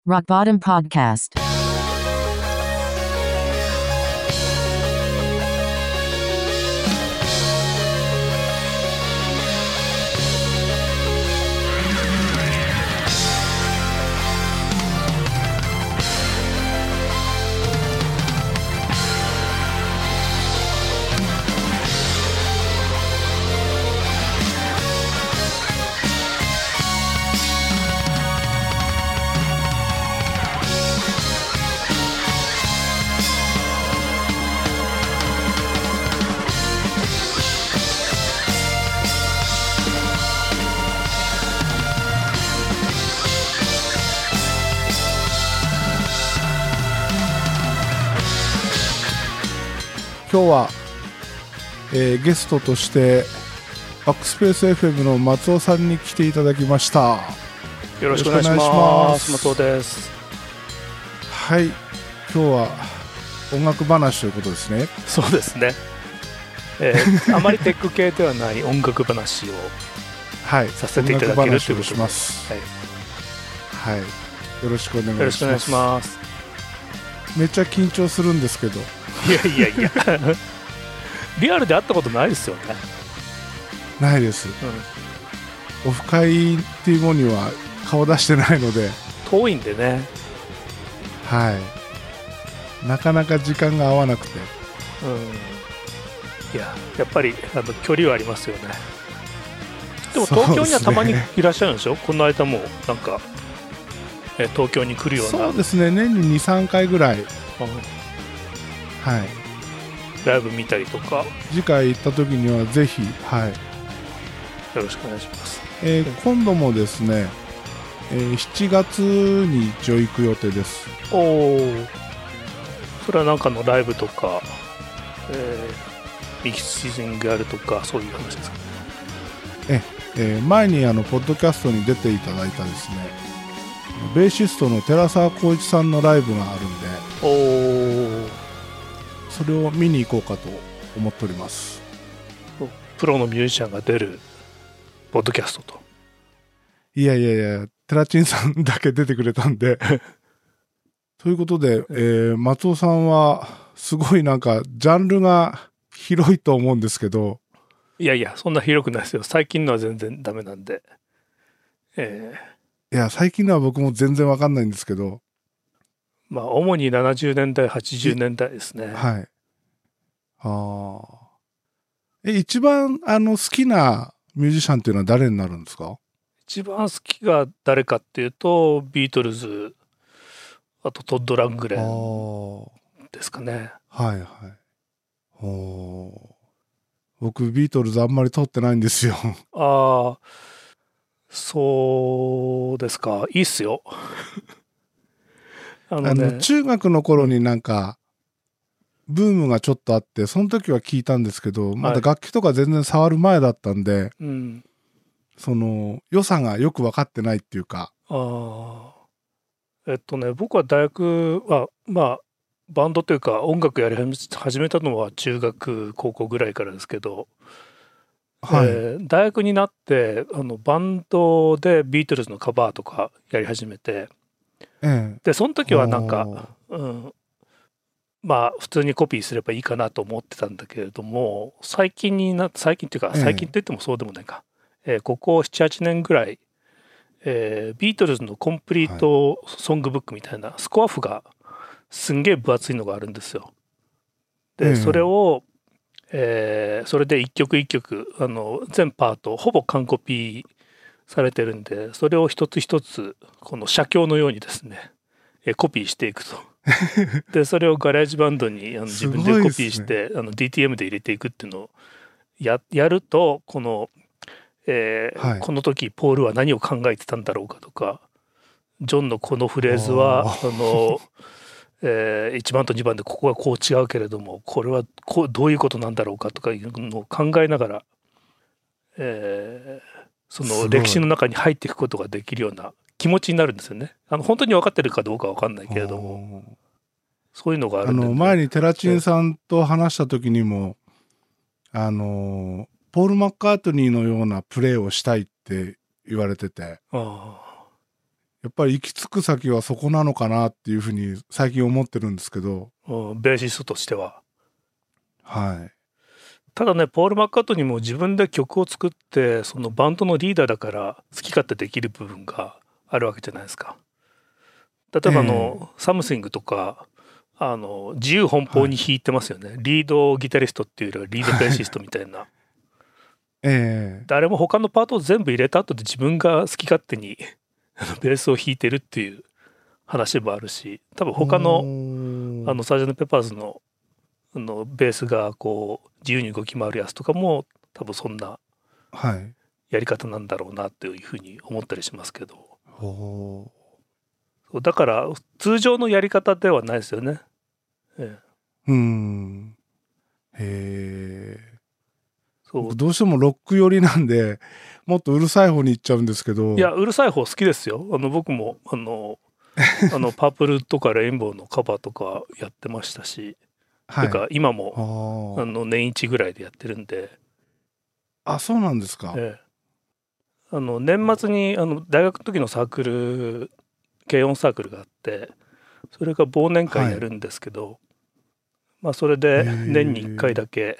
Rock Bottom Podcast. 今日は、ゲストとしてバックスペース FM の松尾さんに来ていただきました。 よろしくお願いします。松尾です。 はい、今日は音楽話ということですね。 そうですね、あまりテック系ではない音楽話をさせていただけるということで、 します。はい、よろしくお願いします。 よろしくお願いします。 めっちゃ緊張するんですけど。 いやリアルで会ったことないですよね。 ないです、オフ会っていうものには顔出してないので、 遠いんでね。 はい、なかなか時間が合わなくて、 やっぱり距離はありますよね。でも東京にはたまにいらっしゃるんでしょ。この間もなんか、東京に来るような。 そうですね、年に 2,3 回ぐらい、はい、 ライブ見たりとか。 次回行った時にはぜひ、はい、 よろしくお願いします。 今度もですね、7月に一応行く予定です。 おお、それはなんかのライブとか、ミキシングやるとか、そういう話ですかね。前にポッドキャストに出ていただいたですね、ベーシストの寺澤浩一さんのライブがあるんで、それを見に行こうかと思っております。 プロのミュージシャンが出るポッドキャストと。 いやテラチンさんだけ出てくれたんでということで、松尾さんはすごいなんかジャンルが広いと思うんですけど。 いやそんな広くないですよ。最近のは全然ダメなんで。 いや最近のは僕も全然わかんないんですけど、 まあ主に70年代80年代ですね。 はい。一番好きなミュージシャンっていうのは誰になるんですか？ 一番好きが誰かっていうとビートルズ、あとトッド・ラングレンですかね。 はい。僕ビートルズあんまり通ってないんですよ。 そうですか。いいっすよ。 中学の頃になんかブームがちょっとあって、その時は聞いたんですけど、まだ楽器とか全然触る前だったんで、その良さがよく分かってないっていうか。 僕は大学はバンドというか音楽やり始めたのは中学高校ぐらいからですけど、大学になってバンドでビートルズのカバーとかやり始めて、でその時はなんか、普通にコピーすればいいかなと思ってたんだけれども、最近っていうか、最近といってもそうでもないか、ここ 7,8 年ぐらい、ビートルズのコンプリートソングブックみたいなスコア譜がすんげえ分厚いのがあるんですよ。でそれを、それで一曲一曲全パートほぼ完コピーされてるんで、それを一つ一つこの写経のようにですね、コピーしていくと。でそれをガレージバンドに自分でコピーして、DTM で入れていくっていうのをやると、この、この時ポールは何を考えてたんだろうかとか、ジョンのこのフレーズは1番と2番でここがこう違うけれども、これはどういうことなんだろうかとかいうのを考えながら、その歴史の中に入っていくことができるような気持ちになるんですよね。本当に分かってるかどうかは分かんないけれども、そういうのがあるんで、ね、 前にテラチンさんと話した時にも、ポール・マッカートニーのようなプレーをしたいって言われてて、 やっぱり行き着く先はそこなのかなっていうふうに最近思ってるんですけど、 ベーシストとしては。 はい。 ただね、ポール・マッカートニーも自分で曲を作って、そのバンドのリーダーだから好き勝手できる部分があるわけじゃないですか。例えばサムシングとか、自由奔放に弾いてますよね。リードギタリストっていうよりはリードベーシストみたいな。誰も他のパートを全部入れた後で自分が好き勝手にベースを弾いてるっていう話もあるし、多分他のサージャント・ペッパーズのベースがこう自由に動き回るやつとかも多分そんなやり方なんだろうなというふうに思ったりしますけど、だから通常のやり方ではないですよね。 そうどうしてもロック寄りなんでもっとうるさい方に行っちゃうんですけど。 いや、うるさい方好きですよ。僕もパープルとかレインボーのカバーとかやってましたし、というか今も年一ぐらいでやってるんで。 あ、そうなんですか。 年末に大学の時のサークル、軽音サークルがあって、それが忘年会やるんですけど、まあそれで年に1回だけ、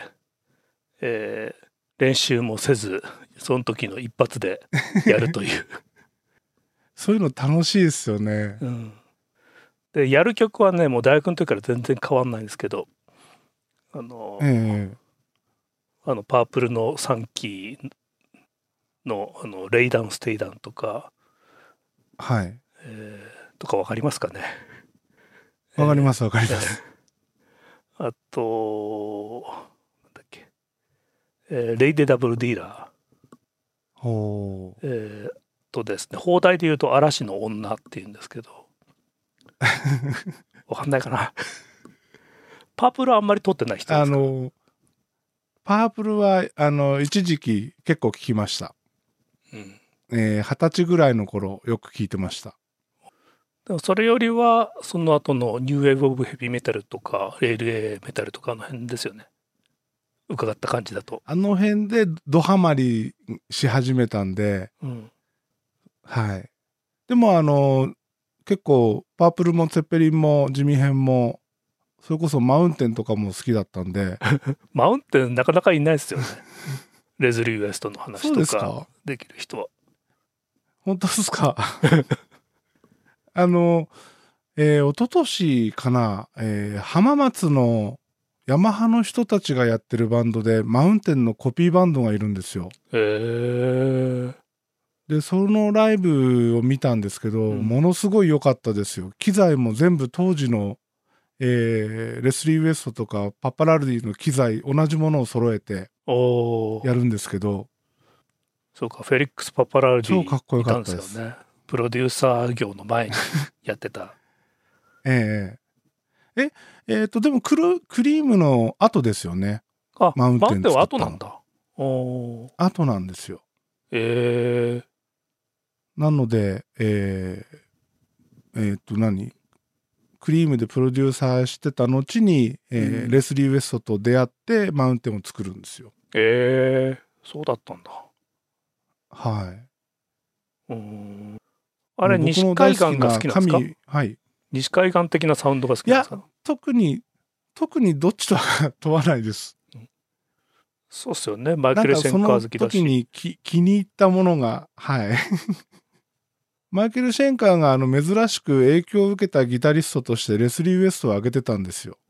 練習もせずその時の一発でやるというそういうの楽しいですよね。 でやる曲はね、もう大学の時から全然変わんないんですけど、パープルの3期のレイダウンステイダウンとか、とか分かりますかね。 分かります分かります。 あとなんだっけ、レイデダブルディーラーとですね、放題で言うと嵐の女っていうんですけど分かんないかなパープルはあんまり撮ってない人ですか。 パープルは一時期結構聞きました。20歳ぐらいの頃よく聞いてました。 でもそれよりはその後のニューウェーブ・オブ・ヘビーメタルとかレール・エーメタルとかの辺ですよね、伺った感じだと。 辺でドハマりし始めたんで、はい。でも結構パープルもツェッペリンもジミヘンもそれこそマウンテンとかも好きだったんでマウンテンなかなかいないですよねレズリー・ウエストの話とかできる人は。 本当ですか一昨年かな、浜松のヤマハの人たちがやってるバンドでマウンテンのコピーバンドがいるんですよ。でそのライブを見たんですけど、ものすごい良かったですよ。機材も全部当時の、レスリー・ウエストとかパッパラルディの機材同じものを揃えてやるんですけど、 そうか、フェリックス・パッパラルディ超かっこよかったですね。プロデューサー業の前にやってたでもクリームの後ですよね。マウンテンは後なんだ。 後なんですよ。なのでクリームでプロデューサーしてた後に、レスリー・ウエストと出会ってマウンテンを作るんですよ。 そうだったんだ。 はい。 あれ西海岸が好きなんですか。 はい。 西海岸的なサウンドが好きなんですか。 いや、特にどっちとは問わないです。 そうっすよね。マイケル・シェンカー好きだし。 その時に気に入ったものが、はい。マイケル・シェンカーが珍しく影響を受けたギタリストとしてレスリー・ウエストを挙げてたんですよ。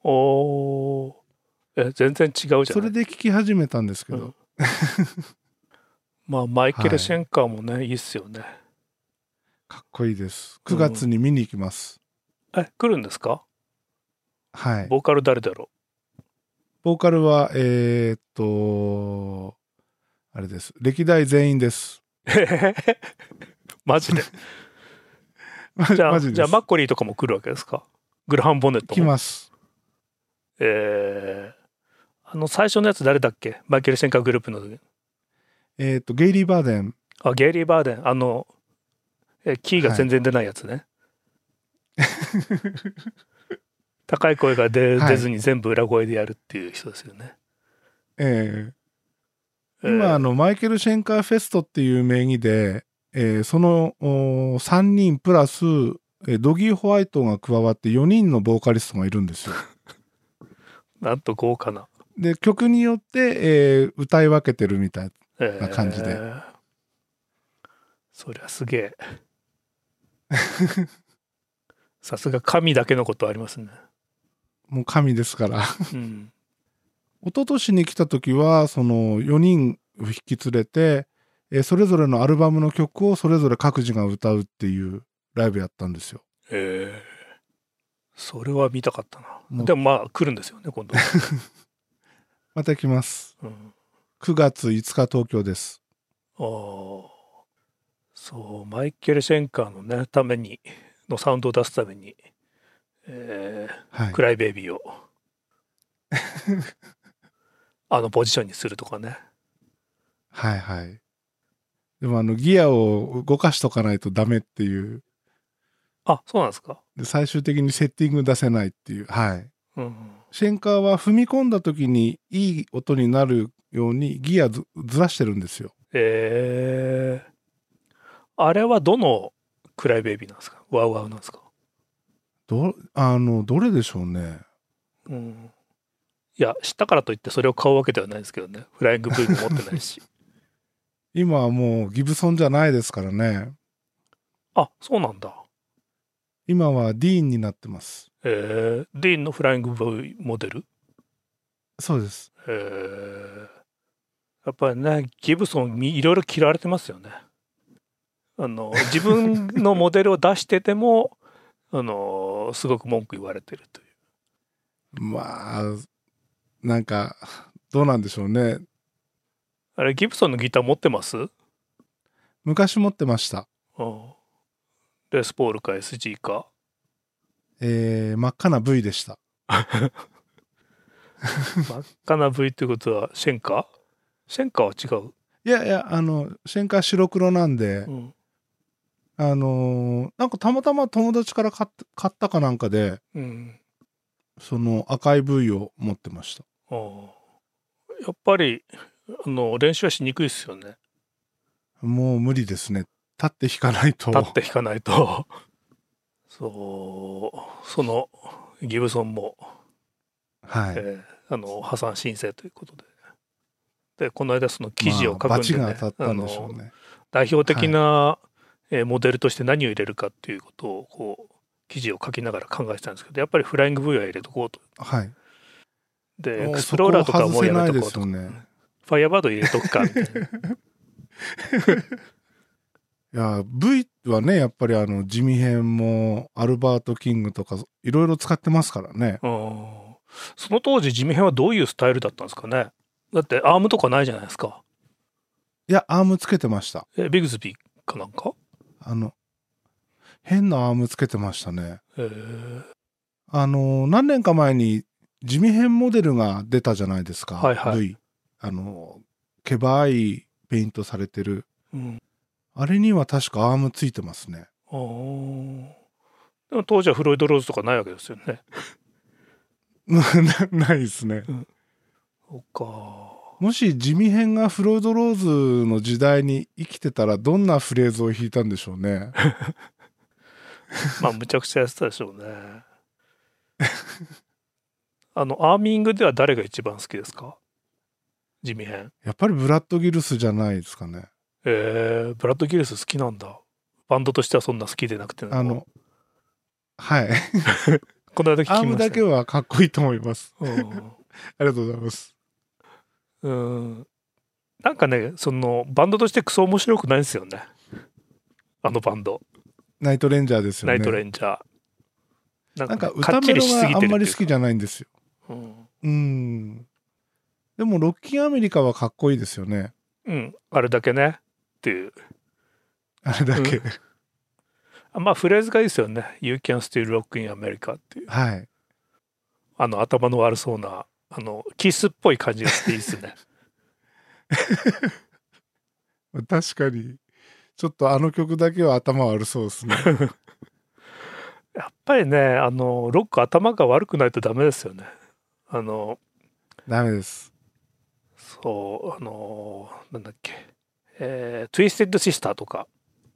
全然違うじゃない。 それで聴き始めたんですけど。 まあマイケル・シェンカーもね、いいっすよね。 かっこいいです。9月に見に行きます。 来るんですか。 はい。 ボーカル誰だろう。ボーカルはあれです。歴代全員です。 マジで。じゃあマッコリーとかも来るわけですか。グラハン・ボネットも来ます。 最初のやつ誰だっけ、マイケル・シェンカーグループの時。 ゲイリー・バーデン。 ゲイリー・バーデン、キーが全然出ないやつね。高い声が出ずに全部裏声でやるっていう人ですよね。 今マイケル・シェンカーフェストっていう名義でその3人プラスドギー・ホワイトが加わって4人のボーカリストがいるんですよ。 なんと豪華な。 で曲によって、歌い分けてるみたいな感じで、 そりゃすげえ。さすが神だけのことありますね。 もう神ですから。 うん、 一昨年に来た時はその4人を引き連れて、それぞれのアルバムの曲をそれぞれ各自が歌うっていうライブやったんですよ。 それは見たかったな。でもまあ来るんですよね今度。 また来ます、9月5日東京です。 そうマイケル・シェンカーのねためにのサウンドを出すために、クライベイビーをあのポジションにするとかね。 はいはい。でもギアを動かしとかないとダメっていう。 あ、そうなんですか。 で最終的にセッティング出せないっていう。はい。 うんシェンカーは踏み込んだ時にいい音になるようにギアずらしてるんですよ。 あれはどのクライベイビーなんですか？ワウワウなんですか？ どれでしょうね。 いや知ったからといってそれを買うわけではないですけどね。フライング V も持ってないし。 今はもうギブソンじゃないですからね。 あ、そうなんだ。 今はディーンになってます。 ディーンのフライング V モデル？ そうです。 やっぱりねギブソンいろいろ嫌われてますよね。自分のモデルを出しててもすごく文句言われてるという。 まあなんかどうなんでしょうね。 あれギブソンのギター持ってます？ 昔持ってました。 レスポールか SG か。 真っ赤な V でした。 真っ赤な V ってことはシェンカーは違う？ いやいやシェンカー白黒なんで、なんかたまたま友達から買ったかなんかで、その赤い V を持ってました。 やっぱり練習はしにくいですよね。 もう無理ですね。立って弾かないと。 そうそのギブソンも、 はい、 破産申請ということでこの間その記事を書くんでね、 バチが当たったんでしょうね。 代表的な、モデルとして何を入れるかっていうことをこう記事を書きながら考えてたんですけど、やっぱりフライング V は入れとこうと。でエクスプローラーとかはもうやめとこうとか、ファイアバード入れとくかみたいな。 いや V はねやっぱりジミヘンもアルバート・キングとかいろいろ使ってますからね。 その当時ジミヘンはどういうスタイルだったんですかね。だってアームとかないじゃないですか。 いやアームつけてました。 ビグズビーかなんか変なアームつけてましたね。何年か前にジミヘンモデルが出たじゃないですか。V ケバいペイントされてる、あれには確かアームついてますね。 でも当時はフロイド・ローズとかないわけですよね。 ないですね。 そうか。 もしジミヘンがフロイド・ローズの時代に生きてたらどんなフレーズを弾いたんでしょうね。 まあむちゃくちゃやってたでしょうね。アーミングでは誰が一番好きですか？ジミヘン。 やっぱりブラッド・ギルスじゃないですかね。 ブラッド・ギルス好きなんだ。バンドとしてはそんな好きでなくてはいこの間聞きました。 アームだけはかっこいいと思います。ありがとうございます。 なんかねそのバンドとしてクソ面白くないんですよね、あのバンド。 ナイトレンジャーですよね。 ナイトレンジャーなんか歌メロがあんまり好きじゃないんですよ。でもロッキンアメリカはかっこいいですよね。 あれだけねっていう。 あれだけ、 まあフレーズがいいですよね。 You can still rock in America っていう。頭の悪そうなキスっぽい感じがしていいですね。 確かにちょっと曲だけは頭悪そうですね。 やっぱりねロック頭が悪くないとダメですよね。 ダメです。 そうなんだっけ、トゥイステッドシスターとか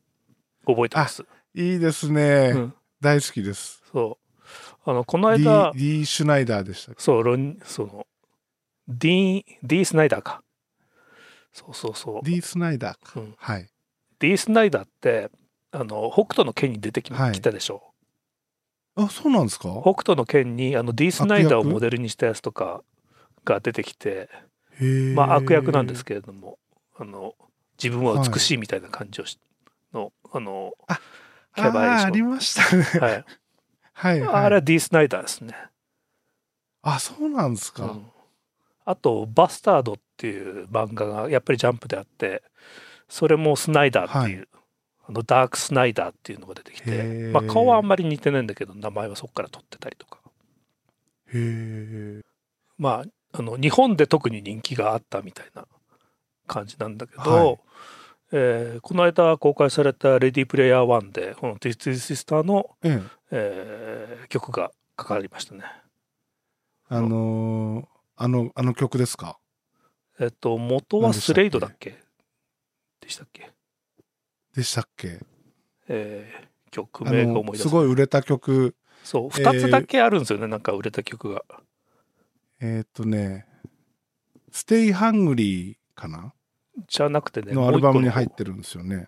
覚えてます。 いいですね、 うん、 大好きです。 この間 D シュナイダーでしたっけ。 その D スナイダーか。そう。 D スナイダーか、 うん、 はい。 D スナイダーって北斗の拳に出てきたでしょ。 あ、そうなんですか。 北斗の拳にD スナイダーをモ悪役。 デルにしたやつとかが出てきて、 へえ。 まあ悪役なんですけれども、自分は美はい。 しいみたいな感じのあキャバレーありション。 ましたね。 はい。 はいあれははい。 D スナイダーですね。 あ、そうなんですか。 うん。あと、バスタードっていう漫画がやっぱりジャンプであって、それもスナイダーってはい。へいう、ダークスナイダーっていうのが出てきて、まあ顔はあんえ。 まり似てないんだけど、名前はそこから取ってたりとか。 へえ。 まあ、日本で特に人気があったみたいな感じなんだけはい。 ど、この間公開されたレディープレイヤー1で、この This is Sister の、 ええ。 曲がかかりましたね。 あのーあの曲ですか。 元は何でしスレイドだったっけ。 けでしたっけ。 でしたっけ。 曲名が思い出すせない。 ごい売れた曲。 そう、2つだえけあるんですよね、なんか売れた曲が。 ね、ステイハングリーかなじゃなくてね、 のアもうルバムに一個の方。 入ってるんですよね。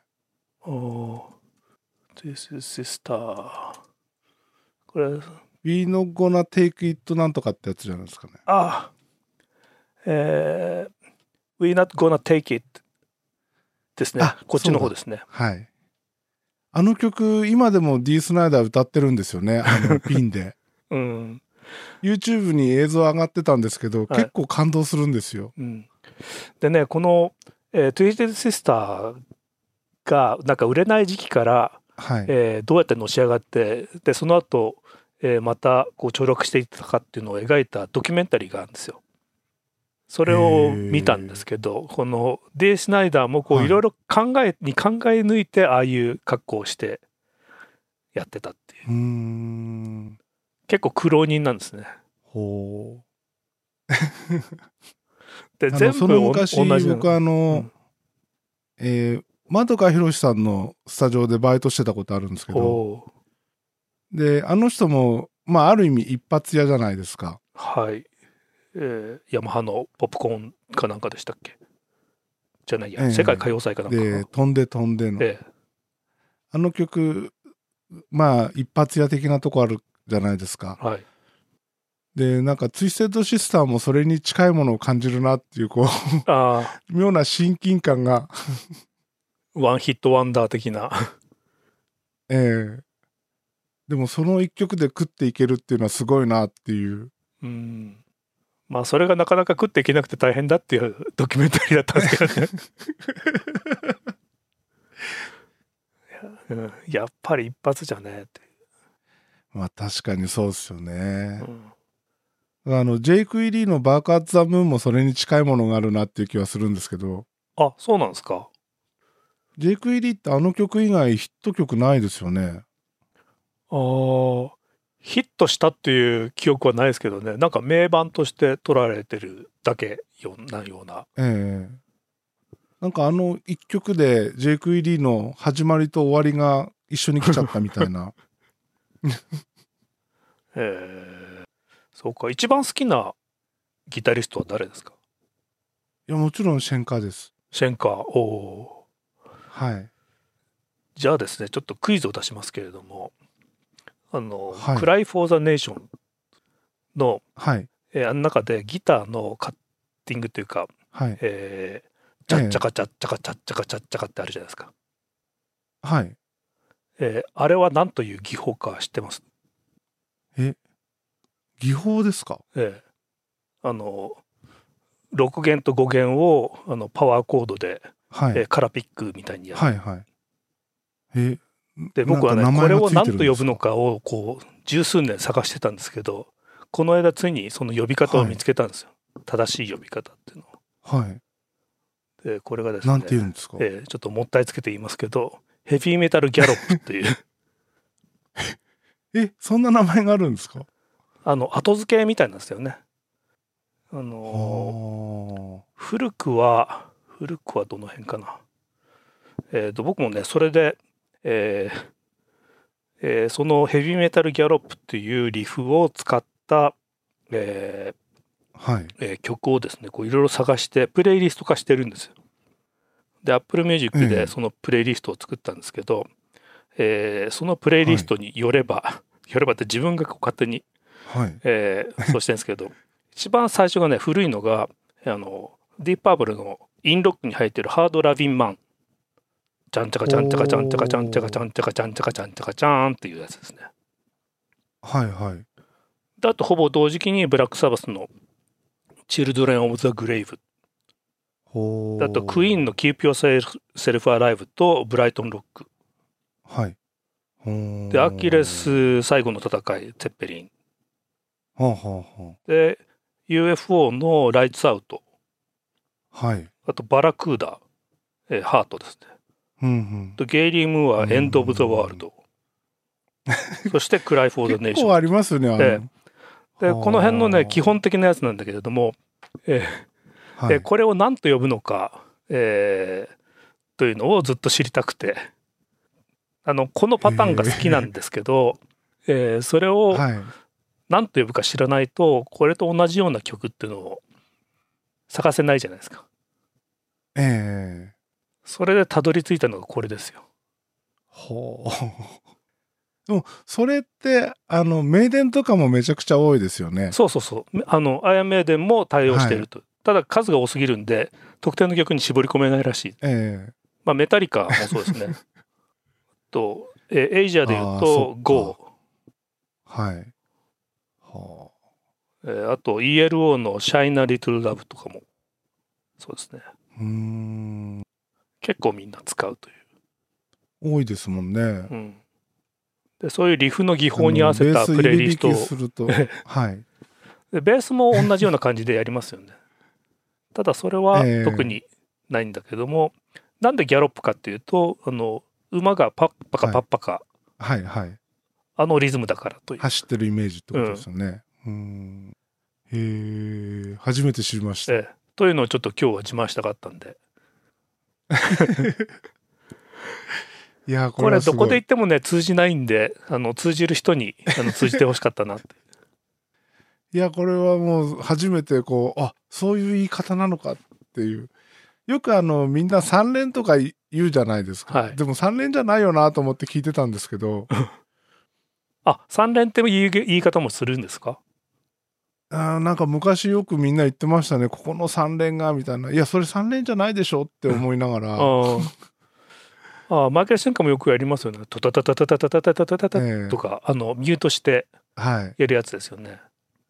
This is Sister。これ、 We not gonna take it なんとかってやつじゃないですかね。 あ、We're not gonna take it ですね。こっちの方ですね。 はい。あの曲、今でも D スナイダー歌ってるんですよね。ピンで。 うん。 YouTube に映像上がってたんですけど、 はい、 結構感動するんですよ。 うん、でね、この、Twisted Sister がなんか売れない時期から、 はい。 どうやってのし上がって、で、その後、またこう凋落していったかっていうのを描いたドキュメンタリーがあるんですよ。それを見たんですけど、このデイ・スナイダーもこういろいろ考え抜いてああいう格好をしてやってたっていう。結構苦労人なんですね。 ほう。 で全部その昔同じ僕窓川博さんのスタジオでバイトしてたことあるんですけど、であの人もまあある意味一発屋じゃないですか。 はい。ヤマハのポップコーンかなんかでしたっけ。じゃないや、世界歌謡祭かなんかで飛んでの、あの曲まあ一発屋的なとこあるじゃないですか。 はい。 でなんかツイステッドシスターもそれに近いものを感じるなっていうこう妙な親近感がワンヒットワンダー的なでもその一曲で食っていけるっていうのはすごいなっていう。 まあそれがなかなか食っていけなくて大変だっていうドキュメンタリーだったんですけどねやっぱり一発じゃねえって。 まあ確かにそうですよね。ジェイク・イリーのバーク・アッツ・ザ・ムーンもそれに近いものがあるなっていう気はするんですけど。 あ、そうなんですか。 ジェイク・イリーってあの曲以外ヒット曲ないですよね。 ヒットしたっていう記憶はないですけどね、なんか名盤として取られてるだけなような。 なんか一曲でジェイク・イリーの始まりと終わりが一緒に来ちゃったみたいな。 そうか。一番好きなギタリストは誰ですか。 いやもちろんシェンカーです。 シェンカー。 はい。 じゃあですね、ちょっとクイズを出しますけれども、 はい、 クライ・フォー・ザ・ネーションの、 はい、 あの中でギターのカッティングというか、 はい、 チャッチャカチャッチャカチャッチャカチャッチャカってあるじゃないですか。 はい。 あれは何という技法か知ってます？ 技法ですか ？6弦と5弦をパワーコードで、カラピックみたいにやる。 はいはい。 で僕はねこれを何と呼ぶのかをこう十数年探してたんですけど、この間ついにその呼び方を見つけたんですよ。正しい呼び方っていうのを。 はい。 でこれがですね、 なんて言うんですか？ ちょっともったいつけて言いますけど、ヘビーメタルギャロップっていうそんな名前があるんですか？ 後付けみたいなんですよね。古くはどの辺かな。僕もねそれで、 そのヘビーメタルギャロップっていうリフを使った、曲をですねこういろいろ探してプレイリスト化してるんですよ。で Apple Music でそのプレイリストを作ったんですけど、そのプレイリストによれば、って自分がこう勝手に、そうしてるんですけど一番最初がね古いのがディープパープルのインロックに入ってるハードラビンマンちゃんちゃかちゃんちゃかちゃんちゃかちゃんちゃかちゃんちゃかちゃんちゃかちゃんちゃかちゃんっていうやつですね。であとほぼ同時期にブラックサバスのチルドレン・オブ・ザ・グレイブ、あとクイーンの Keep Yourself Alive とブライトン・ロック、でアキレス最後の戦いツェッペリン、で UFO のライツアウト、あとバラクーダ、ハートですね、とゲイリー・ムーアエンド・オブ・ザ・ワールドそしてクライ・フォー・ザ・ネーション。 結構ありますね。 でこの辺のね基本的なやつなんだけれども、これを何と呼ぶのか、というのをずっと知りたくてこのパターンが好きなんですけど、それを何と呼ぶか知らないとこれと同じような曲っていうのを探せないじゃないですか。それでたどり着いたのがこれですよ。 でもそれって名電とかもめちゃくちゃ多いですよね。 そうアイアンメイデンも対応していると、ただ数が多すぎるんで特定の曲に絞り込めないらしい。メタリカもそうですねとエイジアでいうと GO、あと ELO の Shine a Little Love とかもそうですね。結構みんな使うという。 多いですもんね。 でそういうリフの技法に合わせたプレイリストをでベースも同じような感じでやりますよね。ただそれは特にないんだけども、なんでギャロップかっていうと馬がパッパカパッパカ、リズムだからという走ってるイメージってことですよね。へえ、初めて知りました。 というのをちょっと今日は自慢したかったんでいやこれどこで言ってもね通じないんで通じる人に通じてほしかったなっていやこれはもう初めてそういう言い方なのかっていう。よくみんな3連とか言うじゃないですか、でも3連じゃないよなと思って聞いてたんですけど 3連って言い方もするんですか？ なんか昔よくみんな言ってましたね、ここの3連がみたいな。いやそれ3連じゃないでしょって思いながらマイケル・シェンカもよくやりますよね。トタタタタタタタタタタタタとかミュートしてやるやつですよね。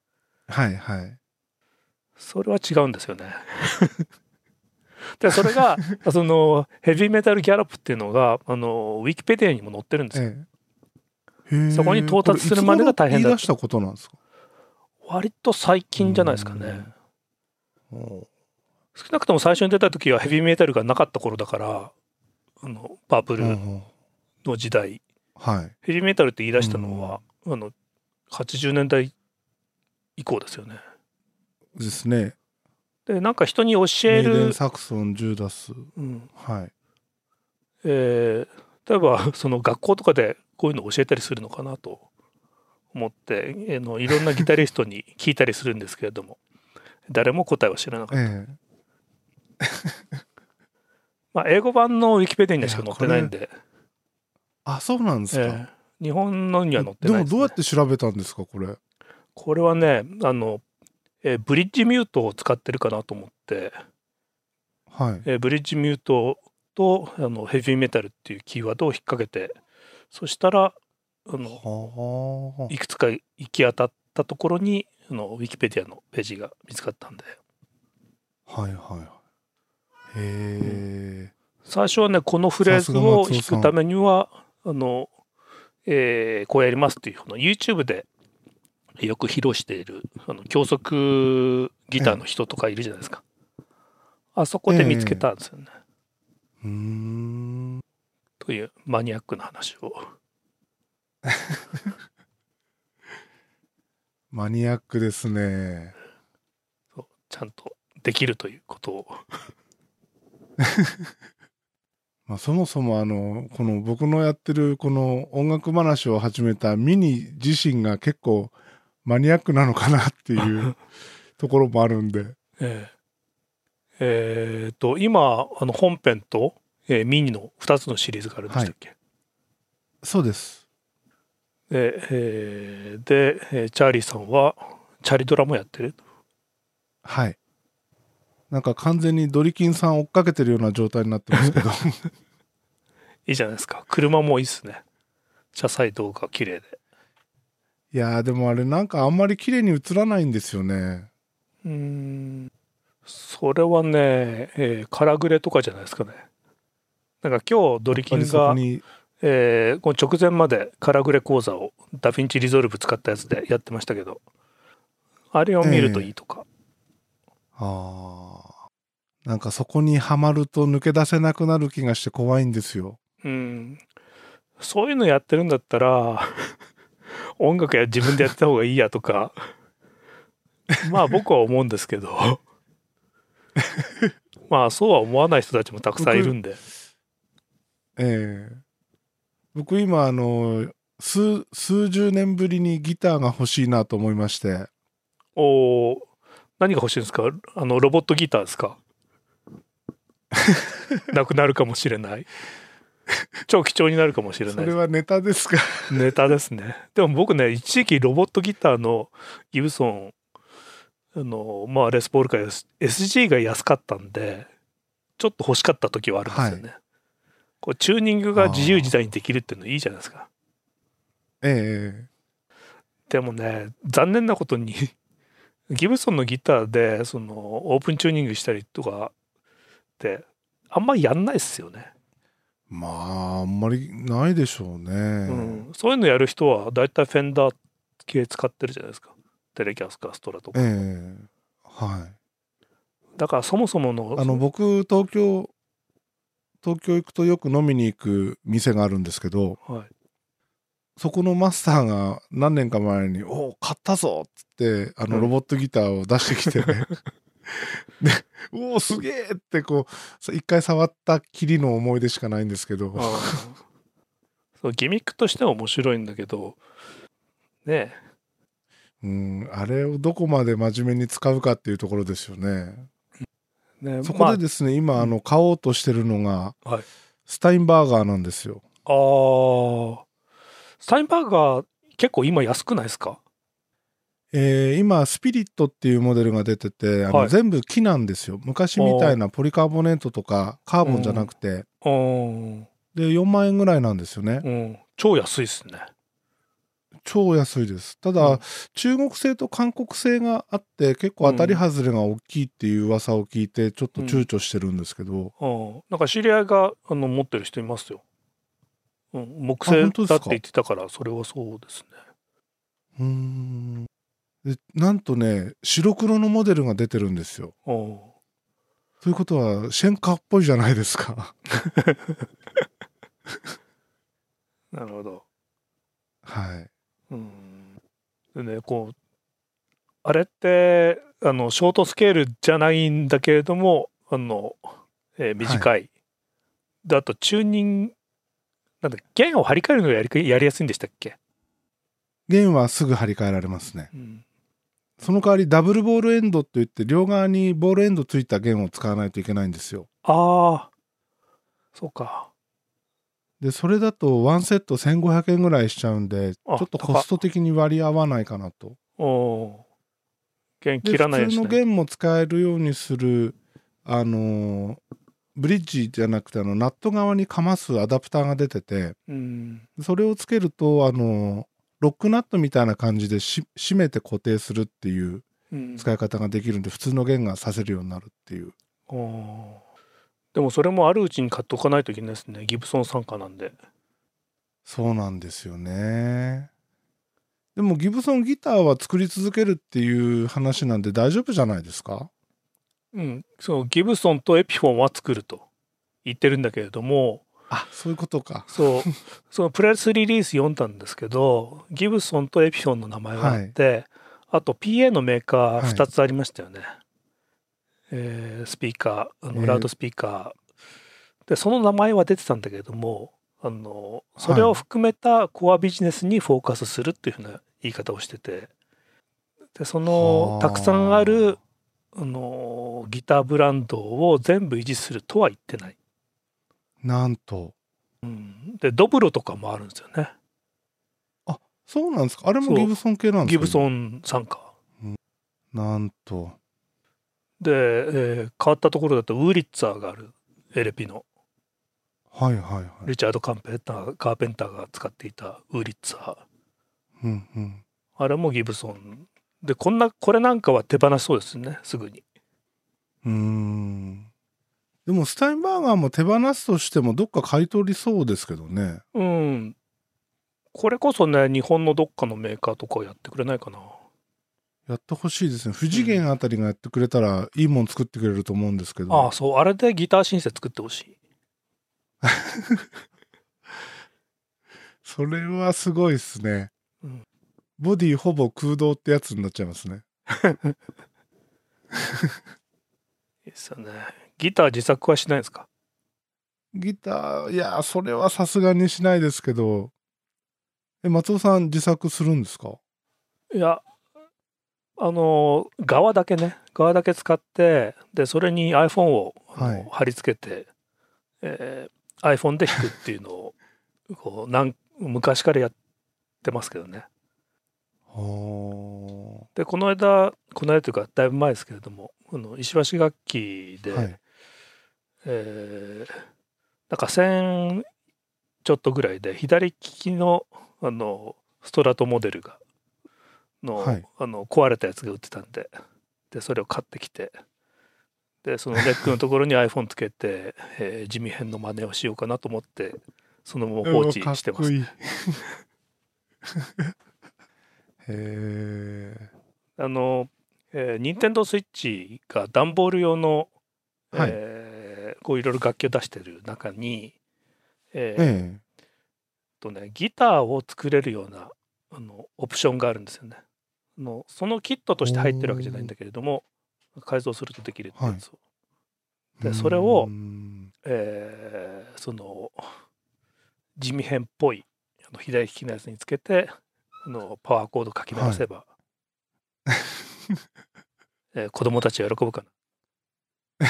それは違うんですよねでそれがそのヘビーメタルギャロップっていうのがウィキペディアにも載ってるんですよ。そこに到達するまでが大変だった。 言い出したことなんですか？ 割と最近じゃないですかね。少なくとも最初に出た時はヘビーメタルがなかった頃だからパープルの時代、ヘビーメタルって言い出したのは80年代以降ですよね。 ですね。 でなんか人に教えるメイデン、サクソン、ジューダス、 例えばその学校とかでこういうのを教えたりするのかなと思っていろんなギタリストに聞いたりするんですけれども誰も答えは知らなかった、英語版のウィキペディアにしか載ってないんで。 そうなんですか。 日本のには載ってないですね。 でもどうやって調べたんですかこれ？ これはねブリッジミュートを使ってるかなと思って、ブリッジミュートとヘビーメタルっていうキーワードを引っ掛けて、そしたらいくつか行き当たったところにウィキペディアのページが見つかったんで。最初はねこのフレーズを弾くためにはこうやりますっていうYouTube でよく披露している教則ギターの人とかいるじゃないですか。あそこで見つけたんですよね。というマニアックな話をマニアックですね。 ちゃんとできるということをまあ、そもそもこの僕のやってるこの音楽話を始めたミニ自身が結構マニアックなのかなっていうところもあるんで。 今本編と、ミニの2つのシリーズがあるんでしたっけ？ そうです。 で、チャーリーさんはチャリドラもやってる。 はい。なんか完全にドリキンさん追っかけてるような状態になってますけど。 いいじゃないですか。車もいいっすね。車載動画綺麗で。 いやーでもあれなんかあんまり綺麗に映らないんですよね。 それはね、カラグレとかじゃないですかね。なんか今日ドリキンが、この直前までカラグレ講座をダヴィンチリゾルブ使ったやつでやってましたけど、あれを見るといいとか。 なんかそこにはまると抜け出せなくなる気がして怖いんですよ。 そういうのやってるんだったら音楽や自分でやった方がいいやとかまあ僕は思うんですけどまあそうは思わない人たちもたくさんいるんで。 僕今数十年ぶりにギターが欲しいなと思いまして。 何が欲しいんですか？ロボットギターですか？なくなるかもしれない超貴重になるかもしれない。 それはネタですか？ ネタですね。でも僕ね、一時期ロボットギターのギブソンレスポールから SG が安かったんでちょっと欲しかった時はあるんですよね。こうチューニングが自由自在にできるっていうのいいじゃないですか。でもね、残念なことにギブソンのギターでオープンチューニングしたりとかってあんまりやんないっすよね。 まああんまりないでしょうね。 そういうのやる人はだいたいフェンダー系使ってるじゃないですか。テレキャスかストラとか。だからそもそもの僕東京行くとよく飲みに行く店があるんですけど、そこのマスターが何年か前に「おお買ったぞ!」っつってロボットギターを出してきてねで「おおすげえ!」ってこう一回触ったきりの思い出しかないんですけどそうギミックとしては面白いんだけどねあれをどこまで真面目に使うかっていうところですよね。そこでですね、今買おうとしてるのが、スタインバーガーなんですよ。 スタインバーガー結構今安くないですか？ 今スピリットっていうモデルが出てて全部木なんですよ。昔みたいなポリカーボネートとかカーボンじゃなくて、で4万円ぐらいなんですよね。 超安いですね。 超安いです。ただ、中国製と韓国製があって結構当たり外れが大きいっていう噂を聞いてちょっと躊躇してるんですけど、 なんか知り合いが持ってる人いますよ。木製だって言ってたからそれはそうですね。でなんとね白黒のモデルが出てるんですよ。ということはシェンカーっぽいじゃないですかなるほど。 でねこうあれってショートスケールじゃないんだけれども短い、であとチューニングなんだ弦を張り替えるのがやりやすいんでしたっけ？ 弦はすぐ張り替えられますね。その代わりダブルボールエンドっていって両側にボールエンドついた弦を使わないといけないんですよ。 そうか。 でそれだと1セット1500円ぐらいしちゃうんでちょっとコスト的に割り合わないかなと。 弦切らないやつ、 普通の弦も使えるようにするブリッジじゃなくてナット側にかますアダプターが出てて、それをつけるとロックナットみたいな感じで締めて固定するっていう使い方ができるんで、普通の弦がさせるようになるっていう。 でもそれもあるうちに買っとかないといけないですね。ギブソン傘下なんで。 そうなんですよね。でもギブソンギターは作り続けるっていう話なんで大丈夫じゃないですか？ そうギブソンとエピフォンは作ると言ってるんだけれども、 そういうことか。 そのプレスリリース読んだんですけど、ギブソンとエピフォンの名前があって、あと PA のメーカー2つありましたよね。スピーカーラウドスピーカでその名前は出てたんだけれども、それを含めたコアビジネスにフォーカスするっていうふうな言い方をしてて、でそのたくさんあるギターブランドを全部維持するとは言ってない。 なんと。 でドブロとかもあるんですよね。 あ、そうなんですか。あれもギブソン系なんですか。 ギブソン参加。 なんと。 で、変わったところだとウーリッツァーがある、エレピの。 はいはいはい。 リチャード・カーペンターが使っていたウーリッツァー。あれもギブソン。で、これなんかは手放しそうですね、すぐに。 でもスタインバーガーも手放すとしてもどっか買い取りそうですけどね。 これこそね、日本のどっかのメーカーとかやってくれないかな。 やってほしいですね。富士源あたりがやってくれたらいいもん作ってくれると思うんですけど。 ああ、そう、あれでギターシンセ作ってほしい。 それはすごいっすね。ボディほぼ空洞ってやつになっちゃいますね。 いいっすよね。ギター自作はしないですか？ ギター、いや、それはさすがにしないですけど。松尾さん自作するんですか？ いや、側だけ使って、で、それに iPhone を貼り付けて、iPhone で弾くっていうのを、昔からやってますけどね。で、この間というか、だいぶ前ですけれども、石橋楽器で、なんか1000ちょっとぐらいで、左利きの、ストラトモデルが、壊れたやつが売ってたんで、それを買ってきて、でそのネックのところに iPhone つけて、地味編の真似をしようかなと思って、そのまま放置してます、ね。任天堂スイッチが段ボール用の、こういろいろ楽器を出してる中に、ギターを作れるようなオプションがあるんですよね。そのキットとして入ってるわけじゃないんだけれども、改造するとできるってやつを。でそれを、その地味編っぽい左利きのやつにつけてパワーコード書き鳴らせば、子供たちは喜ぶかな。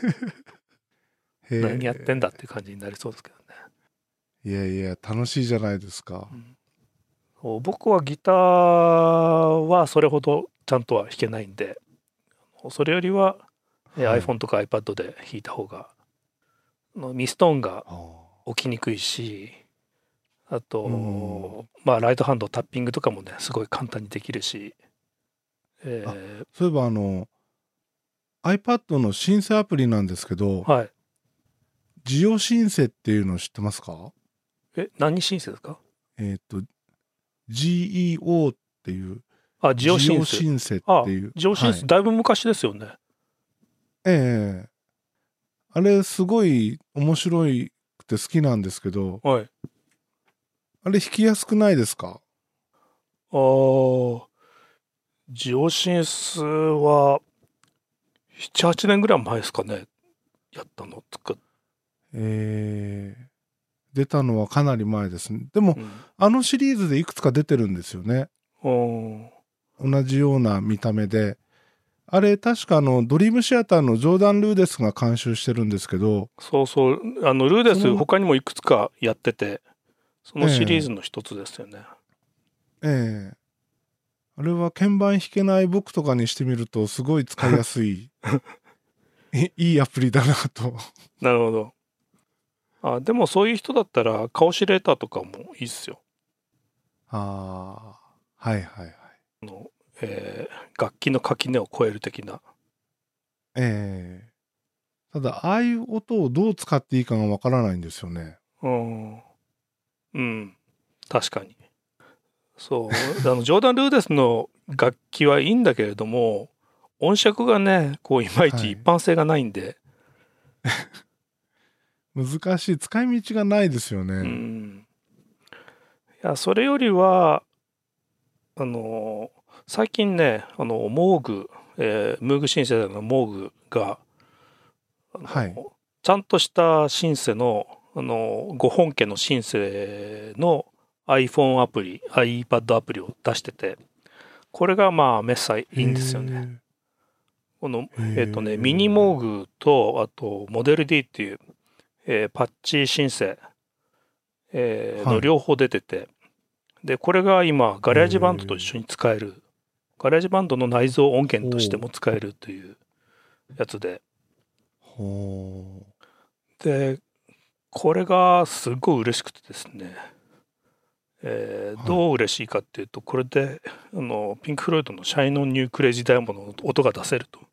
何やってんだっていう感じになりそうですけどね。 いやいや、楽しいじゃないですか。 僕はギターはそれほどちゃんとは弾けないんで、それよりは、iPhone とか iPad で弾いた方がミストーンが起きにくいし、あと、ライトハンドタッピングとかもねすごい簡単にできるし、 そういえばiPad のシンセアプリなんですけど、ジオシンセっていうの知ってますか？ 何シンセですか ？GEO っていう。 ジオシンセっていう。ジオシンセ、だいぶ昔ですよね。 あれすごい面白くて好きなんですけど、あれ弾きやすくないですか？ ジオシンセは7、8年ぐらい前ですかね、やったのとか。 出たのはかなり前ですね。でも、あのシリーズでいくつか出てるんですよね。同じような見た目で。あれ確かドリームシアターのジョーダン・ルーデスが監修してるんですけど、 そうそう、ルーデス他にもいくつかやってて、そのシリーズの一つですよね。 あれは鍵盤弾けない僕とかにしてみるとすごい使いやすいいいアプリだなと。 なるほど。でもそういう人だったらカオシレーターとかもいいっすよ。 はいはいはい。 楽器の垣根を越える的な。 ただああいう音をどう使っていいかがわからないんですよね。 確かに。そうジョーダン・ルーデスの楽器はいいんだけれども、音色がねこういまいち一般性がないんで、 難しい、使い道がないですよね。 いやそれよりは最近ねモーグ、ムーグシンセのモーグがちゃんとしたシンセの、ご本家のシンセの iPhone アプリ、iPad アプリを出してて、これがまあ、めっさいいんですよね。この、ミニモーグと、あと、モデル D っていう、パッチシンセ、の両方出てて、で、これが今、ガレージバンドと一緒に使える、ガレージバンドの内蔵音源としても使えるというやつで、で、これがすっごい嬉しくてですね、どう嬉しいかっていうと、これでピンク・フロイドの「シャイノン・ニュー・クレイジー・ダイヤモンド」の音が出せると。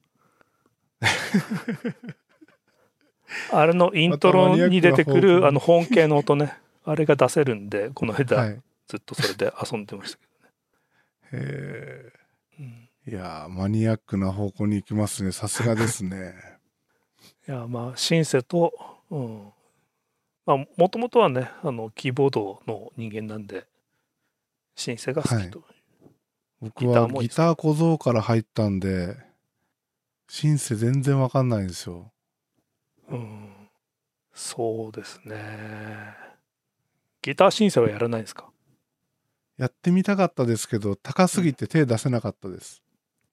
あれのイントロに出てくる本家の音ね、あれが出せるんで、この間ずっとそれで遊んでましたけどね。 へえ、いやマニアックな方向に行きますね。さすがですね。 いやまあシンセと、まあもともとはねキーボードの人間なんでシンセが好きと、 僕はギター小僧から入ったんでシンセ全然わかんないんですよ。 そうですね。ギターシンセはやらないですか？ やってみたかったですけど高すぎて手出せなかったです。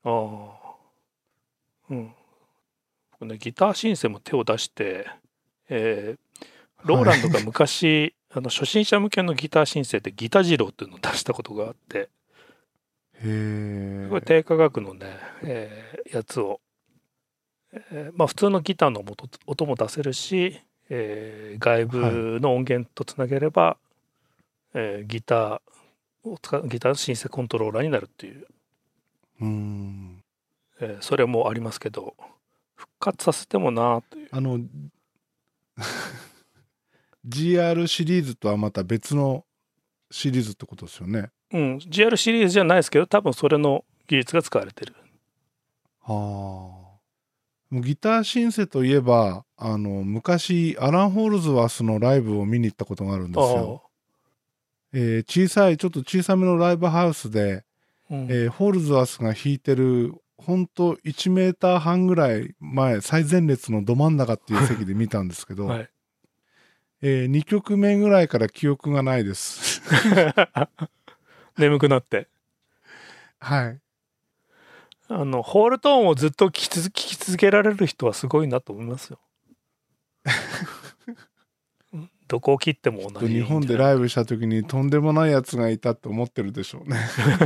僕ねギターシンセも手を出して、ローランドが昔、初心者向けのギターシンセでギタジローっていうのを出したことがあって、すごい低価格のね、やつを、まあ普通のギターの音も出せるし、外部の音源とつなげれば、ギターシンセコントローラーになるっていう、それもありますけど復活させてもなという。 GR シリーズとはまた別のシリーズってことですよね。 GR シリーズじゃないですけど多分それの技術が使われてる。 ギターシンセといえば昔アラン・ホールズワースのライブを見に行ったことがあるんですよ。ちょっと小さめのライブハウスで、ホールズワースが弾いてるほんと1メーター半ぐらい前最前列のど真ん中っていう席で見たんですけど、2曲目ぐらいから記憶がないです。 眠くなって。 はい。 ホールトーンをずっと聴き続けられる人はすごいなと思いますよ。どこを切っても同じ。 日本でライブした時にとんでもないやつがいたって思ってるでしょうね。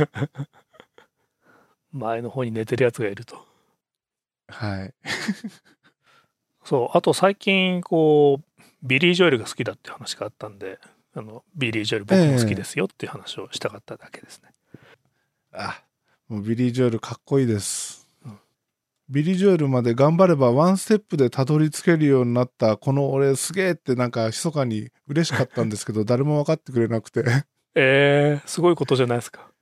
前の方に寝てるやつがいると。 はい。 そう、あと最近こうビリー・ジョエルが好きだっていう話があったんで、ビリー・ジョエル僕も好きですよっていう話をしたかっただけですね。 もうビリー・ジョエルかっこいいです。ビリー・ジョエルまで頑張ればワンステップでたどり着けるようになったこの俺すげえってなんか密かに嬉しかったんですけど誰も分かってくれなくて。 すごいことじゃないですか。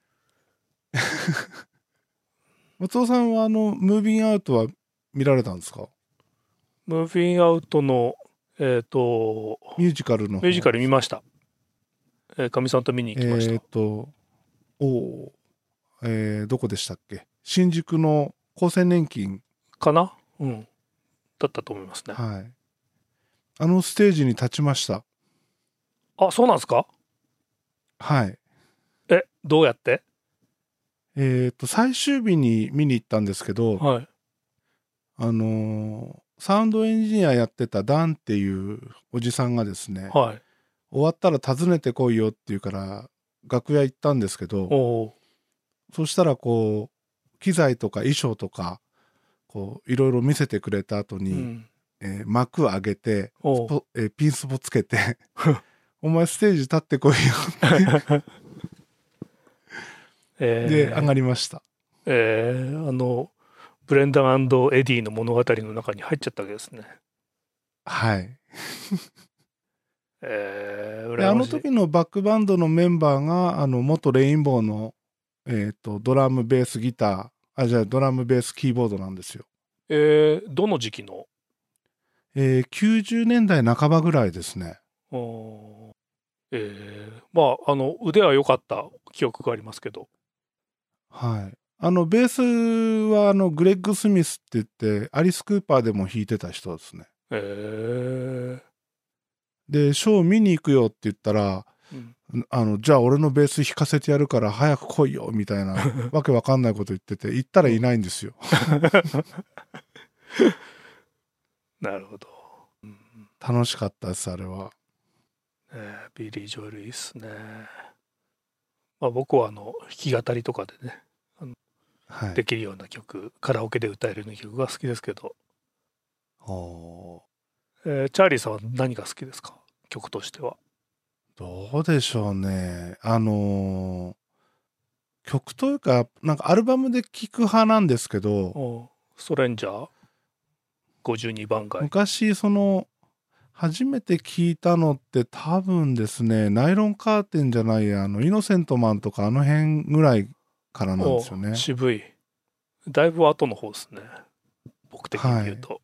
松尾さんはムービングアウトは見られたんですか？ ムービングアウトのミュージカル見ました。かみさんと見に行きました。 どこでしたっけ？新宿の厚生年金かな？だったと思いますね。 はい。ステージに立ちました。 そうなんですか？はい。どうやって？ 最終日に見に行ったんですけど、サウンドエンジニアやってたダンっていうおじさんがですね、終わったら訪ねてこいよって言うから楽屋行ったんですけど、そしたらこう機材とか衣装とかこういろいろ見せてくれた後に、幕上げてピンスポつけてお前ステージ立ってこいよってで上がりました。 ブレンダー&エディの物語の中に入っちゃったわけですね。 はい。あの時のバックバンドのメンバーが元レインボーの、ドラムベースギタードラムベースキーボードなんですよ。 どの時期の ？90年代半ばぐらいですね。 まあ腕は良かった記憶がありますけど。 はい。ベースはグレッグ・スミスって言ってアリス・クーパーでも弾いてた人ですね。 でショー見に行くよって言ったら、じゃあ俺のベース弾かせてやるから早く来いよみたいなわけわかんないこと言ってて、行ったらいないんですよ。 なるほど。 楽しかったですあれは。 ビリー・ジョエルいいっすね。まあ、僕は弾き語りとかでね、 はい、 できるような曲、カラオケで歌えるような曲が好きですけど、チャーリーさんは何が好きですか、曲としては。 どうでしょうね。曲というかなんかアルバムで聴く派なんですけど、 ストレンジャー52番街。 昔初めて聞いたのって多分ですね、ナイロンカーテンじゃないイノセントマンとかあの辺ぐらいからなんですよね。 渋い。だいぶ後の方ですね、僕的に言うと。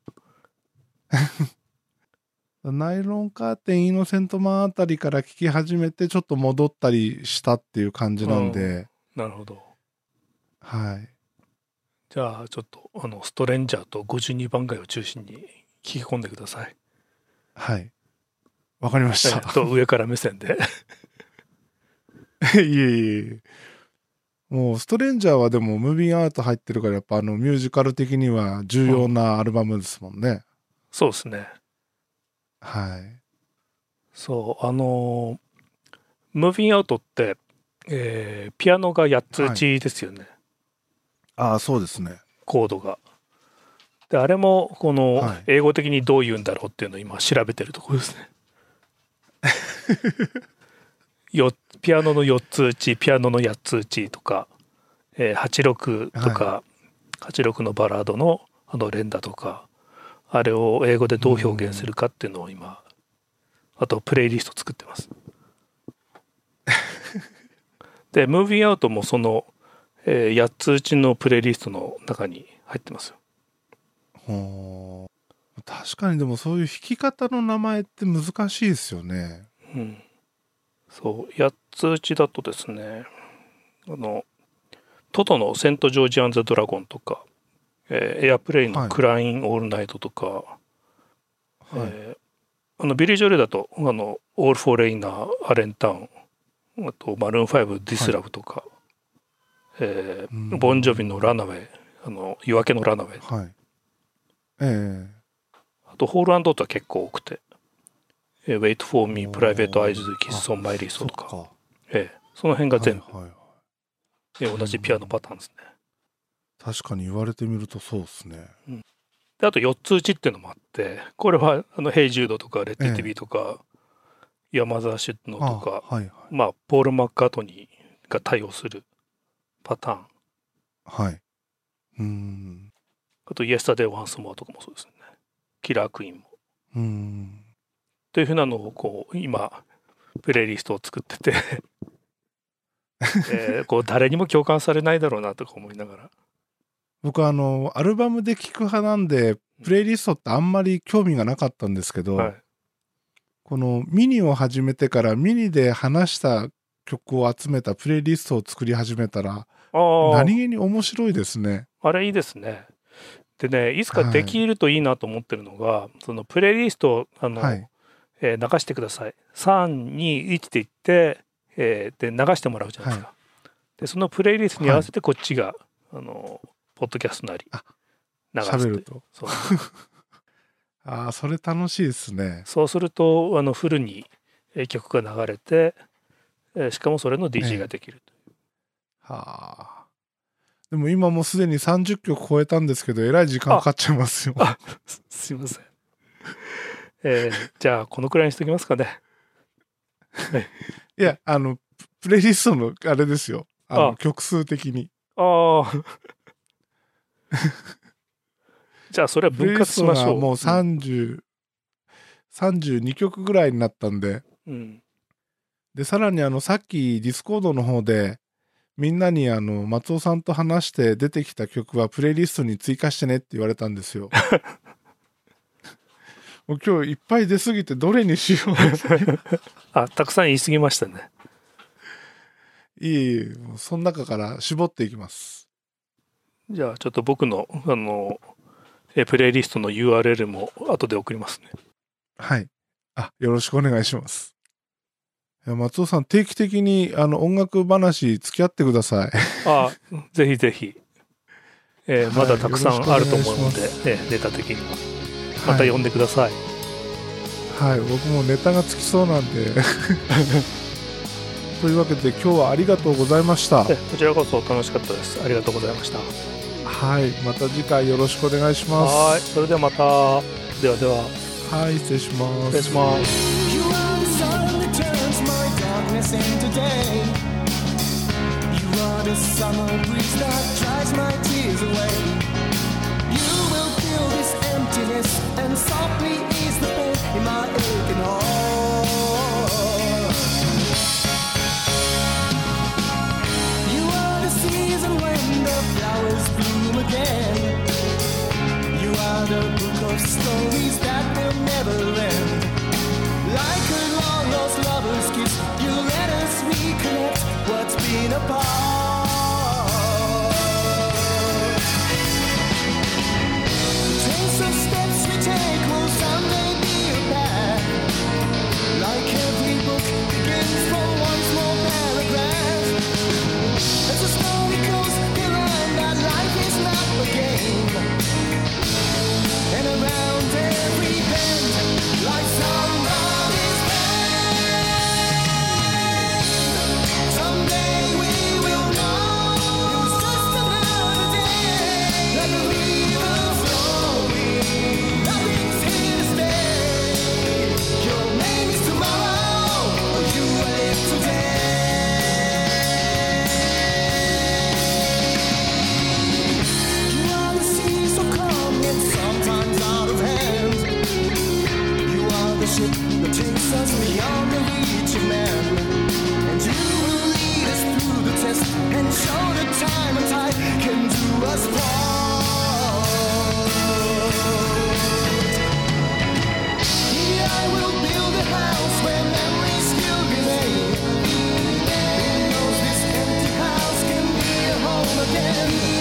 ナイロンカーテンイノセントマンあたりから聴き始めてちょっと戻ったりしたっていう感じなんで、 なるほど。 はい。 じゃあちょっとストレンジャーと52番街を中心に聞き込んでください。 はい。わかりました。 上から目線で。 いえいえ。もうストレンジャーはでもムービングアウト入ってるからやっぱミュージカル的には重要なアルバムですもんね。 そうですね。 はい。 そうムービングアウトって、ピアノが8つ打ちですよね。 ああ、そうですね。 コードが。であれもこの英語的にどう言うんだろうっていうのを今調べてるところですね。ピアノの4つ打ち、ピアノの8つ打ちとか、86とか、86のバラードの連打とか、あれを英語でどう表現するかっていうのを今、あとプレイリスト作ってます。でムービーアウトもその、8つ打ちのプレイリストの中に入ってますよ。 確かにでもそういう弾き方の名前って難しいですよね。 そう8つ打ちだとですね、トトのセント・ジョージ・アン・ザ・ドラゴンとか、エアプレイのクライン・オールナイトとか、ビリー・ジョレだとオール・フォー・レイナー、アレンタウン、あとマルーン5、ディスラブとか、ボンジョビのランナウェイ、夜明けのランナウェイ、あとホール&オートは結構多くて、Wait for me, Private Eyes, Kiss on My Wrist とか、その辺が全部、同じピアノパターンですね。 確かに言われてみるとそうですね。 であと4つ打ちっていうのもあって、これはヘイジュードとかレッド・イット・ビーとか、ヤマザー・シュッノとか、まあポール・マッカートニーが対応するパターン。 はい。 あと、イエスタデー・ワンスモアとかもそうですね。キラー・クイーンも。というふうなのをこう今プレイリストを作っててこう誰にも共感されないだろうなとか思いながら。 僕アルバムで聴く派なんでプレイリストってあんまり興味がなかったんですけど、このミニを始めてからミニで話した曲を集めたプレイリストを作り始めたら何気に面白いですね。 あれいいですね。でね、いつかできるといいなと思ってるのが、そのプレイリスト流してください。3、2、1って言って、で流してもらうじゃないですか。でそのプレイリストに合わせてこっちが、ポッドキャストなり流す喋ると。 そうああ、それ楽しいですね。 そうするとフルに曲が流れて、しかもそれの DJ ができるという。 はあ。でも今もうすでに30曲超えたんですけど、えらい時間かかっちゃいますよ。 すいません。じゃあこのくらいにしときますかね。 いやプレイリストのあれですよ。曲数的に。 じゃあそれは分割しましょう。 もう32曲ぐらいになったんで。でさらにさっきディスコードの方でみんなに松尾さんと話して出てきた曲はプレイリストに追加してねって言われたんですよ。もう今日いっぱい出過ぎてどれにしようたくさん言い過ぎましたね。 いい、もうその中から絞っていきます。 じゃあちょっと僕のプレイリストの URL も後で送りますね。 はい。よろしくお願いします。松尾さん、定期的に音楽話付き合ってください。 ぜひぜひ。まだたくさんあると思うので、ネタ的には。また呼んでください。 はい、僕もネタがつきそうなんで。というわけで今日はありがとうございました。 こちらこそ楽しかったです。ありがとうございました。 はい、また次回よろしくお願いします。 はい、それではまた。ではでは。 はい、失礼します。 失礼します。 You are the summer breeze that dries my tears away. You will fill this emptiness and softly ease the pain in my aching heart. You are the season when the flowers bloom again. You are the book of stories that will never end. Like a long lost lover's kiss, you let us reconnect what's been apart. Trace of steps we take will someday be a path. Like every book begins from one small paragraph. As the story goes, we learn that life is not a game. And around every bend, like somebody's hand. Someday we will know it was just another day. Like a river flowing, nothing's here to stay. Your name is tomorrow, or you will live today. You are the sea so calm yet sometimes out of hand. You are the ship that takes us beyond the reach of man. And you will lead us through the test and show that time and tide can do us part. Here I will build a house where memories still remain. Who knows this empty house can be a home again.